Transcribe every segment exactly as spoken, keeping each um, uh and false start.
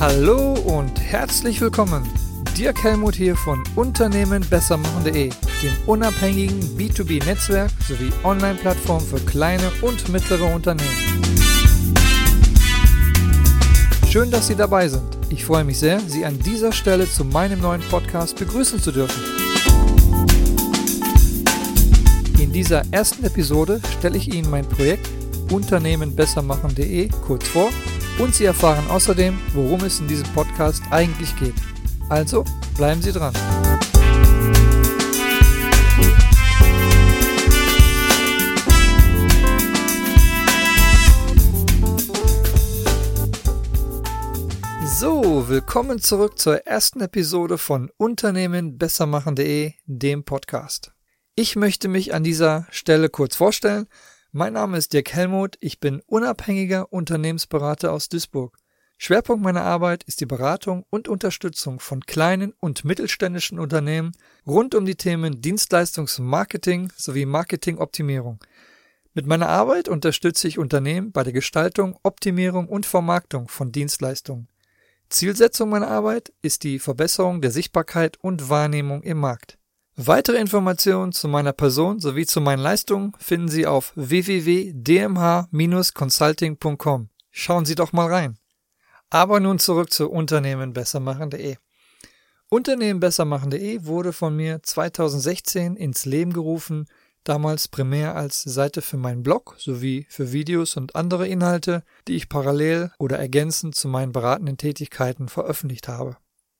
Hallo und herzlich willkommen. Dirk Helmuth hier von Unternehmen besser machen punkt de, dem unabhängigen B zwei B-Netzwerk sowie Online-Plattform für kleine und mittlere Unternehmen. Schön, dass Sie dabei sind. Ich freue mich sehr, Sie an dieser Stelle zu meinem neuen Podcast begrüßen zu dürfen. In dieser ersten Episode stelle ich Ihnen mein Projekt Unternehmen besser machen punkt de kurz vor und Sie erfahren außerdem, worum es in diesem Podcast eigentlich geht. Also bleiben Sie dran. So, willkommen zurück zur ersten Episode von Unternehmen besser machen punkt de, dem Podcast. Ich möchte mich an dieser Stelle kurz vorstellen. Mein Name ist Dirk Helmuth, ich bin unabhängiger Unternehmensberater aus Duisburg. Schwerpunkt meiner Arbeit ist die Beratung und Unterstützung von kleinen und mittelständischen Unternehmen rund um die Themen Dienstleistungsmarketing sowie Marketingoptimierung. Mit meiner Arbeit unterstütze ich Unternehmen bei der Gestaltung, Optimierung und Vermarktung von Dienstleistungen. Zielsetzung meiner Arbeit ist die Verbesserung der Sichtbarkeit und Wahrnehmung im Markt. Weitere Informationen zu meiner Person sowie zu meinen Leistungen finden Sie auf w w w punkt d m h dash consulting punkt com. Schauen Sie doch mal rein. Aber nun zurück zu Unternehmen besser machen punkt de. Unternehmen besser machen punkt de wurde von mir zweitausendsechzehn ins Leben gerufen, damals primär als Seite für meinen Blog sowie für Videos und andere Inhalte, die ich parallel oder ergänzend zu meinen beratenden Tätigkeiten veröffentlicht habe.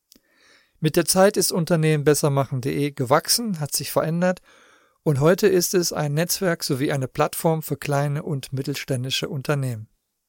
Mit der Zeit ist Unternehmen besser machen punkt de gewachsen, hat sich verändert und heute ist es ein Netzwerk sowie eine Plattform für kleine und mittelständische Unternehmen.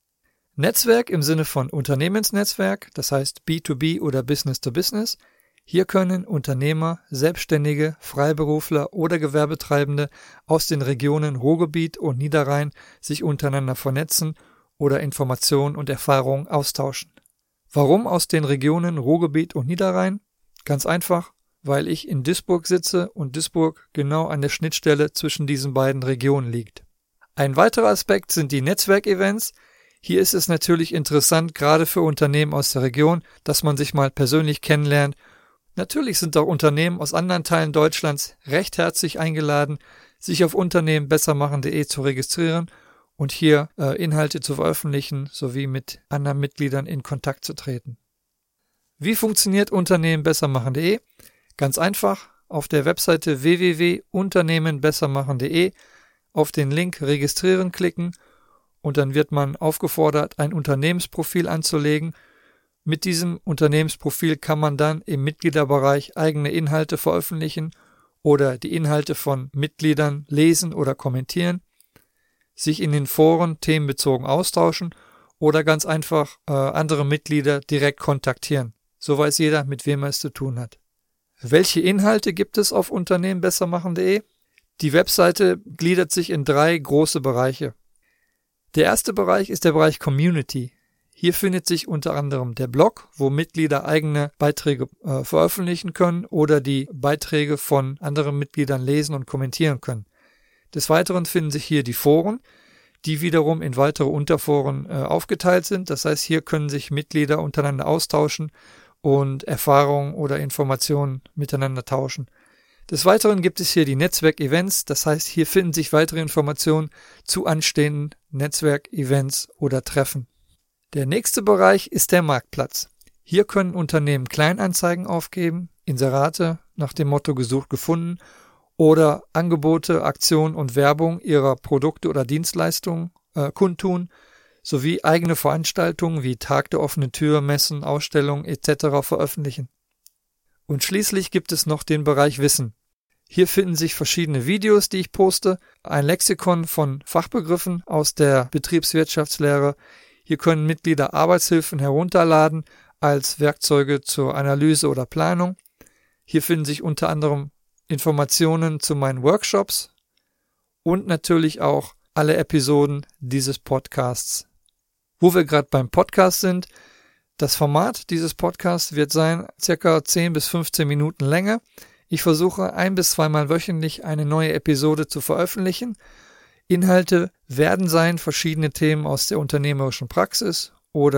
Netzwerk im Sinne von Unternehmensnetzwerk, das heißt B zwei B oder Business to Business. Hier können Unternehmer, Selbstständige, Freiberufler oder Gewerbetreibende aus den Regionen Ruhrgebiet und Niederrhein sich untereinander vernetzen oder Informationen und Erfahrungen austauschen. Warum aus den Regionen Ruhrgebiet und Niederrhein? Ganz einfach, weil ich in Duisburg sitze und Duisburg genau an der Schnittstelle zwischen diesen beiden Regionen liegt. Ein weiterer Aspekt sind die Netzwerkevents. Hier ist es natürlich interessant, gerade für Unternehmen aus der Region, dass man sich mal persönlich kennenlernt. Natürlich sind auch Unternehmen aus anderen Teilen Deutschlands recht herzlich eingeladen, sich auf Unternehmen besser machen punkt de zu registrieren und hier äh, Inhalte zu veröffentlichen, sowie mit anderen Mitgliedern in Kontakt zu treten. Wie funktioniert Unternehmen besser machen punkt de? Ganz einfach, auf der Webseite w w w punkt unternehmen besser machen punkt de auf den Link Registrieren klicken und dann wird man aufgefordert, ein Unternehmensprofil anzulegen. Mit diesem Unternehmensprofil kann man dann im Mitgliederbereich eigene Inhalte veröffentlichen oder die Inhalte von Mitgliedern lesen oder kommentieren, sich in den Foren themenbezogen austauschen oder ganz einfach äh, andere Mitglieder direkt kontaktieren. So weiß jeder, mit wem er es zu tun hat. Welche Inhalte gibt es auf Unternehmen besser machen punkt de? Die Webseite gliedert sich in drei große Bereiche. Der erste Bereich ist der Bereich Community. Hier findet sich unter anderem der Blog, wo Mitglieder eigene Beiträge äh, veröffentlichen können oder die Beiträge von anderen Mitgliedern lesen und kommentieren können. Des Weiteren finden sich hier die Foren, die wiederum in weitere Unterforen äh, aufgeteilt sind. Das heißt, hier können sich Mitglieder untereinander austauschen und Erfahrungen oder Informationen miteinander tauschen. Des Weiteren gibt es hier die Netzwerkevents, das heißt, hier finden sich weitere Informationen zu anstehenden Netzwerkevents oder Treffen. Der nächste Bereich ist der Marktplatz. Hier können Unternehmen Kleinanzeigen aufgeben, Inserate nach dem Motto gesucht gefunden oder Angebote, Aktionen und Werbung ihrer Produkte oder Dienstleistungen äh, kundtun, sowie eigene Veranstaltungen wie Tag der offenen Tür, Messen, Ausstellungen et cetera veröffentlichen. Und schließlich gibt es noch den Bereich Wissen. Hier finden sich verschiedene Videos, die ich poste, ein Lexikon von Fachbegriffen aus der Betriebswirtschaftslehre. Hier können Mitglieder Arbeitshilfen herunterladen als Werkzeuge zur Analyse oder Planung. Hier finden sich unter anderem Informationen zu meinen Workshops und natürlich auch alle Episoden dieses Podcasts. Wo wir gerade beim Podcast sind, das Format dieses Podcasts wird sein circa zehn bis fünfzehn Minuten Länge. Ich versuche ein- bis zweimal wöchentlich eine neue Episode zu veröffentlichen. Inhalte werden sein verschiedene Themen aus der unternehmerischen Praxis oder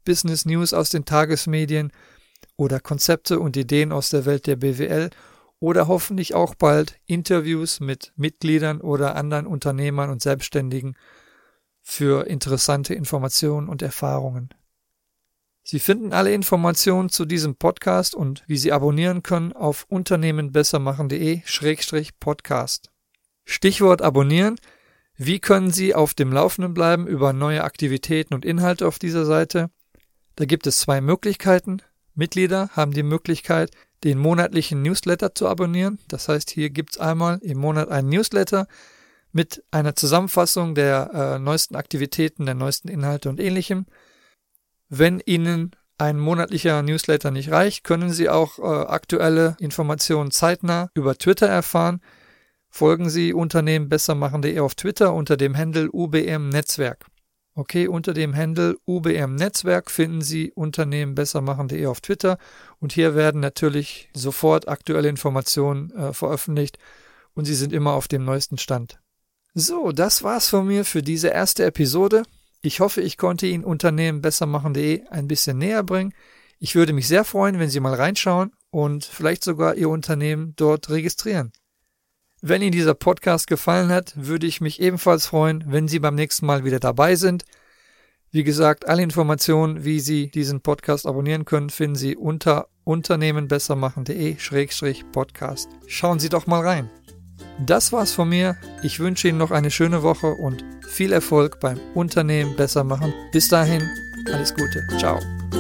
Business News aus den Tagesmedien oder Konzepte und Ideen aus der Welt der B W L oder hoffentlich auch bald Interviews mit Mitgliedern oder anderen Unternehmern und Selbstständigen für interessante Informationen und Erfahrungen. Sie finden alle Informationen zu diesem Podcast und wie Sie abonnieren können auf unternehmenbessermachen.de Schrägstrich Podcast. Stichwort abonnieren. Wie können Sie auf dem Laufenden bleiben über neue Aktivitäten und Inhalte auf dieser Seite? Da gibt es zwei Möglichkeiten. Mitglieder haben die Möglichkeit, den monatlichen Newsletter zu abonnieren. Das heißt, hier gibt es einmal im Monat einen Newsletter mit einer Zusammenfassung der äh, neuesten Aktivitäten, der neuesten Inhalte und Ähnlichem. Wenn Ihnen ein monatlicher Newsletter nicht reicht, können Sie auch äh, aktuelle Informationen zeitnah über Twitter erfahren. Folgen Sie Unternehmen besser machen.de auf Twitter unter dem Handle U B M Netzwerk. Okay, unter dem Handle U B M Netzwerk finden Sie Unternehmen besser machen.de auf Twitter und hier werden natürlich sofort aktuelle Informationen äh, veröffentlicht und Sie sind immer auf dem neuesten Stand. So, das war's von mir für diese erste Episode. Ich hoffe, ich konnte Ihnen Unternehmen besser machen.de ein bisschen näher bringen. Ich würde mich sehr freuen, wenn Sie mal reinschauen und vielleicht sogar Ihr Unternehmen dort registrieren. Wenn Ihnen dieser Podcast gefallen hat, würde ich mich ebenfalls freuen, wenn Sie beim nächsten Mal wieder dabei sind. Wie gesagt, alle Informationen, wie Sie diesen Podcast abonnieren können, finden Sie unter unternehmenbessermachen.de Schrägstrich Podcast. Schauen Sie doch mal rein. Das war's von mir. Ich wünsche Ihnen noch eine schöne Woche und viel Erfolg beim Unternehmen besser machen. Bis dahin, alles Gute. Ciao.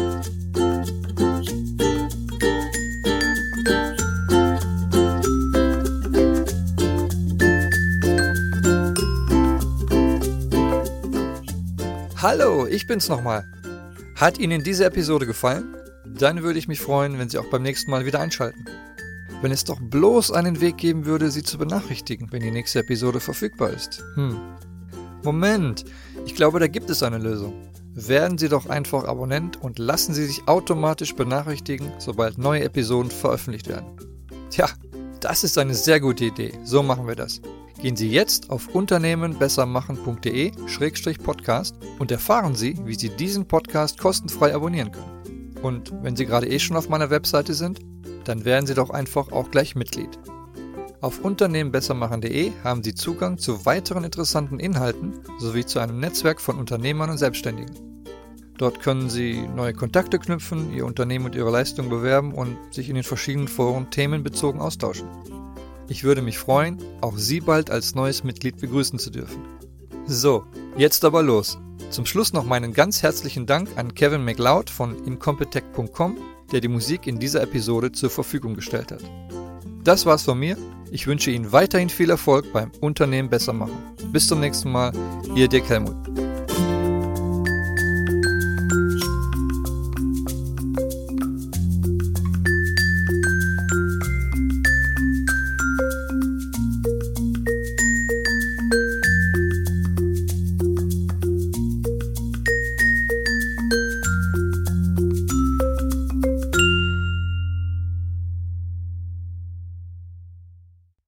Hallo, ich bin's nochmal. Hat Ihnen diese Episode gefallen? Dann würde ich mich freuen, wenn Sie auch beim nächsten Mal wieder einschalten. Wenn es doch bloß einen Weg geben würde, Sie zu benachrichtigen, wenn die nächste Episode verfügbar ist. Hm. Moment, ich glaube, da gibt es eine Lösung. Werden Sie doch einfach Abonnent und lassen Sie sich automatisch benachrichtigen, sobald neue Episoden veröffentlicht werden. Tja, das ist eine sehr gute Idee. So machen wir das. Gehen Sie jetzt auf unternehmenbessermachen.de Schrägstrich Podcast und erfahren Sie, wie Sie diesen Podcast kostenfrei abonnieren können. Und wenn Sie gerade eh schon auf meiner Webseite sind, dann werden Sie doch einfach auch gleich Mitglied. Auf unternehmenbessermachen.de haben Sie Zugang zu weiteren interessanten Inhalten sowie zu einem Netzwerk von Unternehmern und Selbstständigen. Dort können Sie neue Kontakte knüpfen, Ihr Unternehmen und Ihre Leistung bewerben und sich in den verschiedenen Foren themenbezogen austauschen. Ich würde mich freuen, auch Sie bald als neues Mitglied begrüßen zu dürfen. So, jetzt aber los. Zum Schluss noch meinen ganz herzlichen Dank an Kevin MacLeod von incompetech punkt com, der die Musik in dieser Episode zur Verfügung gestellt hat. Das war's von mir. Ich wünsche Ihnen weiterhin viel Erfolg beim Unternehmen besser machen. Bis zum nächsten Mal, Ihr Dirk Helmuth.